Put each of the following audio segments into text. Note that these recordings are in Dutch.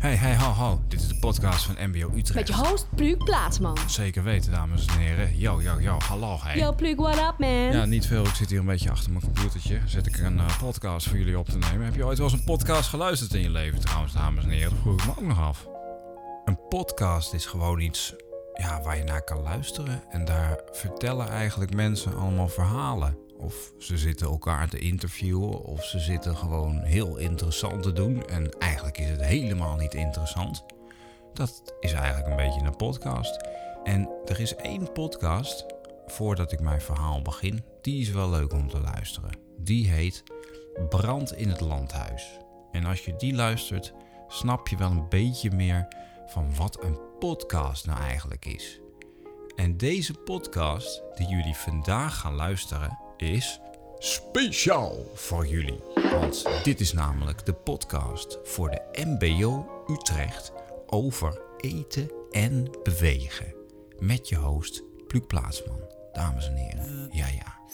Hey, ho. Dit is de podcast van MBO Utrecht. Met je host, Pluk Plaatsman. Zeker weten, dames en heren. Yo, hallo, hey. Yo, Pluk, what up, man? Ja, niet veel. Ik zit hier een beetje achter mijn computertje. Zet ik een podcast voor jullie op te nemen. Heb je ooit wel eens een podcast geluisterd in je leven trouwens, dames en heren? Dat vroeg ik me ook nog af. Een podcast is gewoon iets waar je naar kan luisteren. En daar vertellen eigenlijk mensen allemaal verhalen. Of ze zitten elkaar te interviewen. Of ze zitten gewoon heel interessant te doen. En eigenlijk is het helemaal niet interessant. Dat is eigenlijk een beetje een podcast. En er is één podcast, voordat ik mijn verhaal begin, die is wel leuk om te luisteren. Die heet Brand in het Landhuis. En als je die luistert, snap je wel een beetje meer van wat een podcast nou eigenlijk is. En deze podcast die jullie vandaag gaan luisteren is speciaal voor jullie. Want dit is namelijk de podcast voor de MBO Utrecht over eten en bewegen. Met je host Pluk Plaatsman, dames en heren. Ja.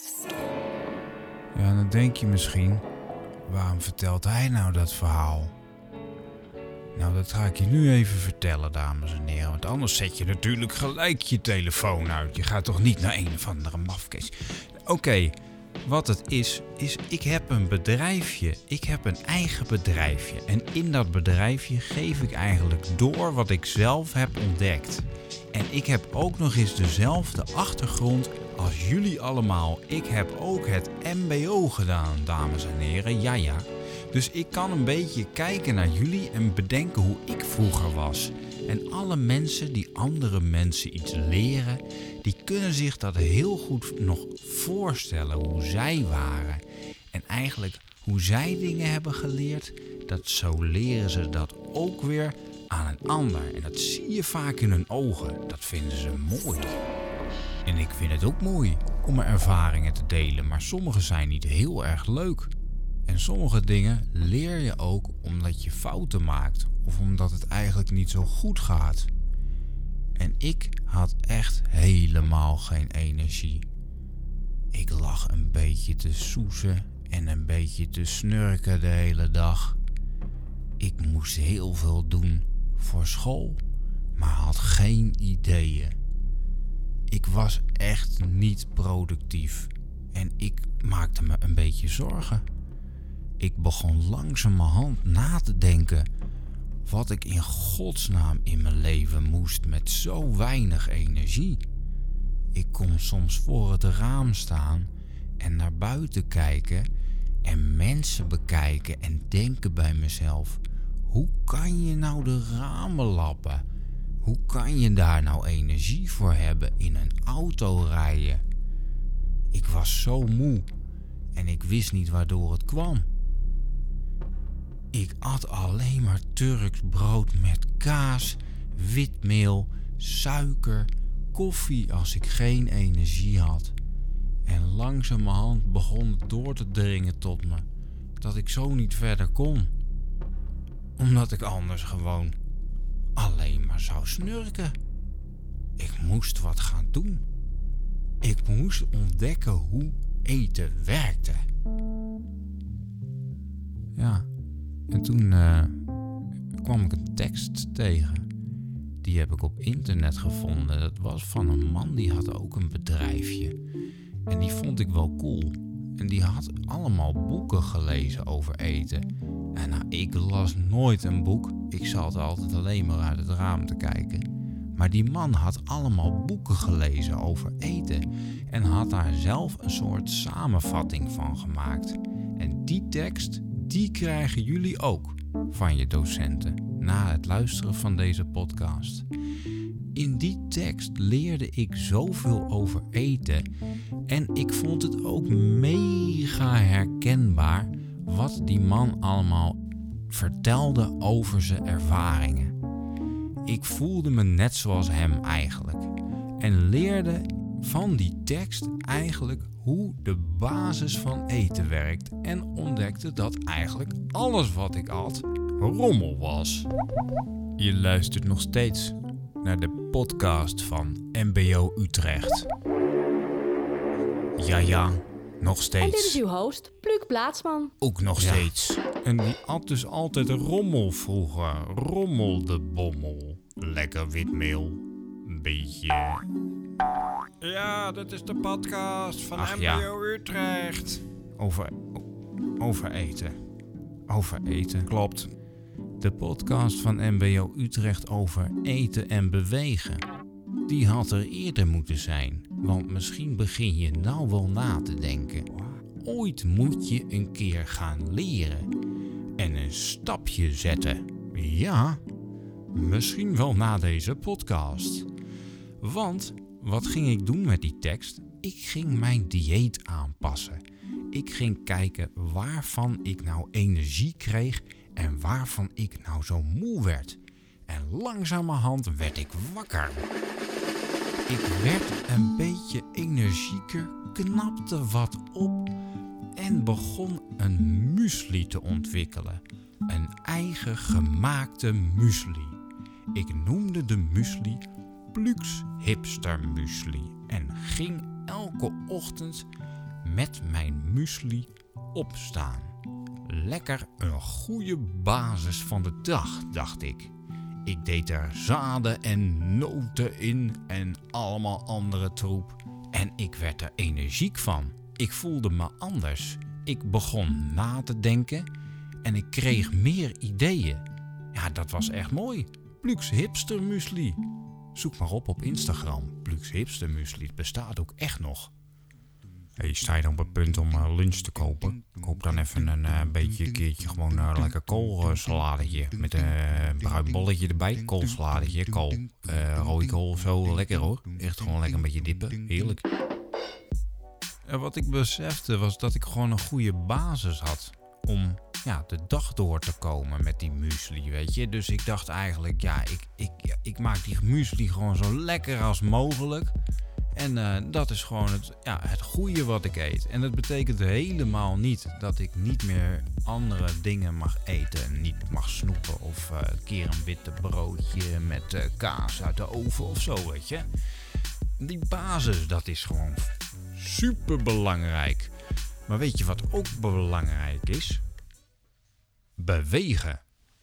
Ja, dan denk je misschien, waarom vertelt hij nou dat verhaal? Nou, dat ga ik je nu even vertellen, dames en heren. Want anders zet je natuurlijk gelijk je telefoon uit. Je gaat toch niet naar een of andere mafkees. Oké, wat het is ik heb een bedrijfje. Ik heb een eigen bedrijfje. En in dat bedrijfje geef ik eigenlijk door wat ik zelf heb ontdekt. En ik heb ook nog eens dezelfde achtergrond als jullie allemaal. Ik heb ook het MBO gedaan, dames en heren. Ja. Dus ik kan een beetje kijken naar jullie en bedenken hoe ik vroeger was. En alle mensen die andere mensen iets leren, die kunnen zich dat heel goed nog voorstellen hoe zij waren. En eigenlijk hoe zij dingen hebben geleerd, dat zo leren ze dat ook weer aan een ander. En dat zie je vaak in hun ogen. Dat vinden ze mooi. En ik vind het ook mooi om mijn ervaringen te delen, maar sommige zijn niet heel erg leuk. En sommige dingen leer je ook omdat je fouten maakt of omdat het eigenlijk niet zo goed gaat. En ik had echt helemaal geen energie. Ik lag een beetje te soezen en een beetje te snurken de hele dag. Ik moest heel veel doen voor school, maar had geen ideeën. Ik was echt niet productief en ik maakte me een beetje zorgen. Ik begon langzamerhand na te denken wat ik in godsnaam in mijn leven moest met zo weinig energie. Ik kon soms voor het raam staan en naar buiten kijken en mensen bekijken en denken bij mezelf: hoe kan je nou de ramen lappen? Hoe kan je daar nou energie voor hebben in een auto rijden? Ik was zo moe en ik wist niet waardoor het kwam. Ik at alleen maar Turks brood met kaas, witmeel, suiker, koffie als ik geen energie had. En langzamerhand begon het door te dringen tot me dat ik zo niet verder kon. Omdat ik anders gewoon alleen maar zou snurken. Ik moest wat gaan doen. Ik moest ontdekken hoe eten werkte. Ja. En toen kwam ik een tekst tegen. Die heb ik op internet gevonden. Dat was van een man die had ook een bedrijfje. En die vond ik wel cool. En die had allemaal boeken gelezen over eten. En ik las nooit een boek. Ik zat altijd alleen maar uit het raam te kijken. Maar die man had allemaal boeken gelezen over eten. En had daar zelf een soort samenvatting van gemaakt. En die tekst, die krijgen jullie ook van je docenten na het luisteren van deze podcast. In die tekst leerde ik zoveel over eten en ik vond het ook mega herkenbaar wat die man allemaal vertelde over zijn ervaringen. Ik voelde me net zoals hem eigenlijk en leerde van die tekst eigenlijk hoe de basis van eten werkt en ontdekte dat eigenlijk alles wat ik at rommel was. Je luistert nog steeds naar de podcast van MBO Utrecht. Ja, Nog steeds. En dit is uw host, Pluuk Plaatsman. Ook nog steeds. En die at dus altijd rommel vroeger. Rommel de bommel. Lekker witmeel. Een beetje. Ja, dat is de podcast van MBO Utrecht. Over eten. Over eten. Klopt. De podcast van MBO Utrecht over eten en bewegen. Die had er eerder moeten zijn. Want misschien begin je nou wel na te denken. Ooit moet je een keer gaan leren. En een stapje zetten. Ja, misschien wel na deze podcast. Want, wat ging ik doen met die tekst? Ik ging mijn dieet aanpassen. Ik ging kijken waarvan ik nou energie kreeg en waarvan ik nou zo moe werd. En langzamerhand werd ik wakker. Ik werd een beetje energieker, knapte wat op en begon een muesli te ontwikkelen. Een eigen gemaakte muesli. Ik noemde de muesli Pluuk's Hipster Muesli en ging elke ochtend met mijn muesli opstaan. Lekker een goede basis van de dag, dacht ik. Ik deed er zaden en noten in en allemaal andere troep. En ik werd er energiek van. Ik voelde me anders. Ik begon na te denken en ik kreeg meer ideeën. Ja, dat was echt mooi. Pluuk's Hipster Muesli. Zoek maar op Instagram. Pluuk's Hipster Muesli. Het bestaat ook echt nog. Hey, sta je dan op het punt om lunch te kopen? Koop dan even een keertje gewoon lekker koolsaladetje. Met een bruin bolletje erbij. Koolsaladetje, kool. Rode kool of zo. Lekker hoor. Echt gewoon lekker een beetje dippen. Heerlijk. En wat ik besefte was dat ik gewoon een goede basis had. Om de dag door te komen met die muesli, weet je. Dus ik dacht eigenlijk, ik maak die muesli gewoon zo lekker als mogelijk. En dat is gewoon het goede wat ik eet. En dat betekent helemaal niet dat ik niet meer andere dingen mag eten. Niet mag snoepen of een keer een witte broodje met kaas uit de oven of zo, weet je. Die basis, dat is gewoon super belangrijk. Maar weet je wat ook belangrijk is? Bewegen.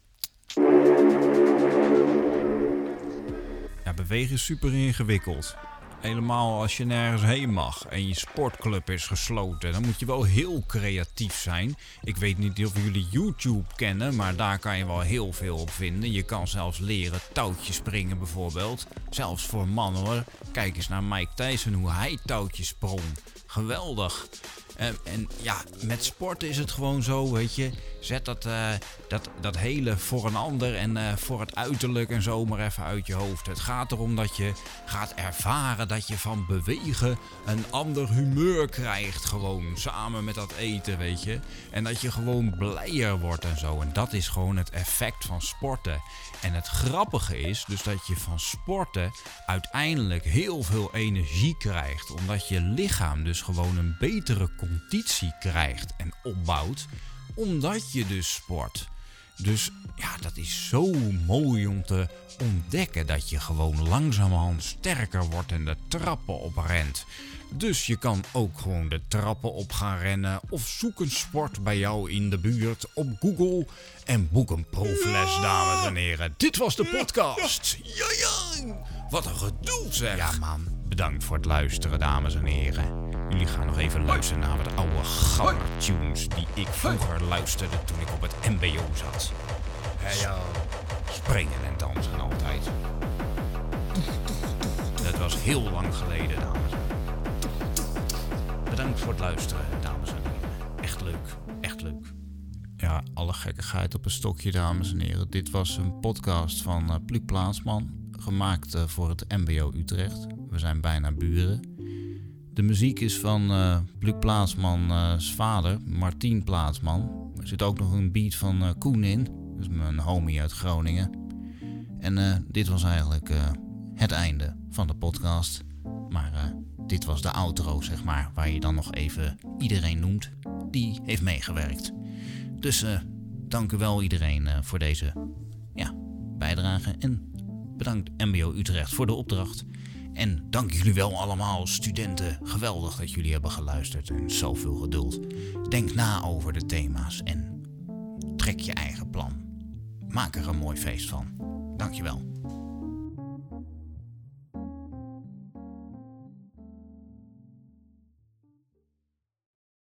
Ja, bewegen is super ingewikkeld. Helemaal als je nergens heen mag en je sportclub is gesloten. Dan moet je wel heel creatief zijn. Ik weet niet of jullie YouTube kennen, maar daar kan je wel heel veel op vinden. Je kan zelfs leren touwtjes springen bijvoorbeeld. Zelfs voor mannen hoor. Kijk eens naar Mike Tyson, hoe hij touwtjes sprong. Geweldig. En met sporten is het gewoon zo, weet je. Zet dat hele voor een ander en voor het uiterlijk en zo maar even uit je hoofd. Het gaat erom dat je gaat ervaren dat je van bewegen een ander humeur krijgt. Gewoon samen met dat eten, weet je. En dat je gewoon blijer wordt en zo. En dat is gewoon het effect van sporten. En het grappige is dus dat je van sporten uiteindelijk heel veel energie krijgt. Omdat je lichaam dus gewoon een betere conditie krijgt en opbouwt. Omdat je dus sport. Dus dat is zo mooi om te ontdekken dat je gewoon langzamerhand sterker wordt en de trappen oprent. Dus je kan ook gewoon de trappen op gaan rennen of zoek een sport bij jou in de buurt op Google en boek een proefles, dames en heren. Dit was de podcast. Ja. Wat een gedoe zeg. Ja man, bedankt voor het luisteren, dames en heren. Jullie gaan nog even luisteren naar wat oude gabbertunes die ik vroeger luisterde toen ik op het MBO zat. Springen en dansen altijd. Dat was heel lang geleden, dames en heren. Bedankt voor het luisteren, dames en heren. Echt leuk, echt leuk. Ja, alle gekkigheid op een stokje, dames en heren. Dit was een podcast van Pluuk Plaatsman. Gemaakt voor het MBO Utrecht. We zijn bijna buren. De muziek is van Pluuk Plaatsman's vader, Martien Plaatsman. Er zit ook nog een beat van Koen in. Dat is mijn homie uit Groningen. En dit was eigenlijk het einde van de podcast. Maar dit was de outro, zeg maar. Waar je dan nog even iedereen noemt die heeft meegewerkt. Dus dank u wel iedereen voor deze bijdrage. En bedankt MBO Utrecht voor de opdracht. En dank jullie wel allemaal, studenten. Geweldig dat jullie hebben geluisterd en zoveel geduld. Denk na over de thema's en trek je eigen plan. Maak er een mooi feest van. Dankjewel.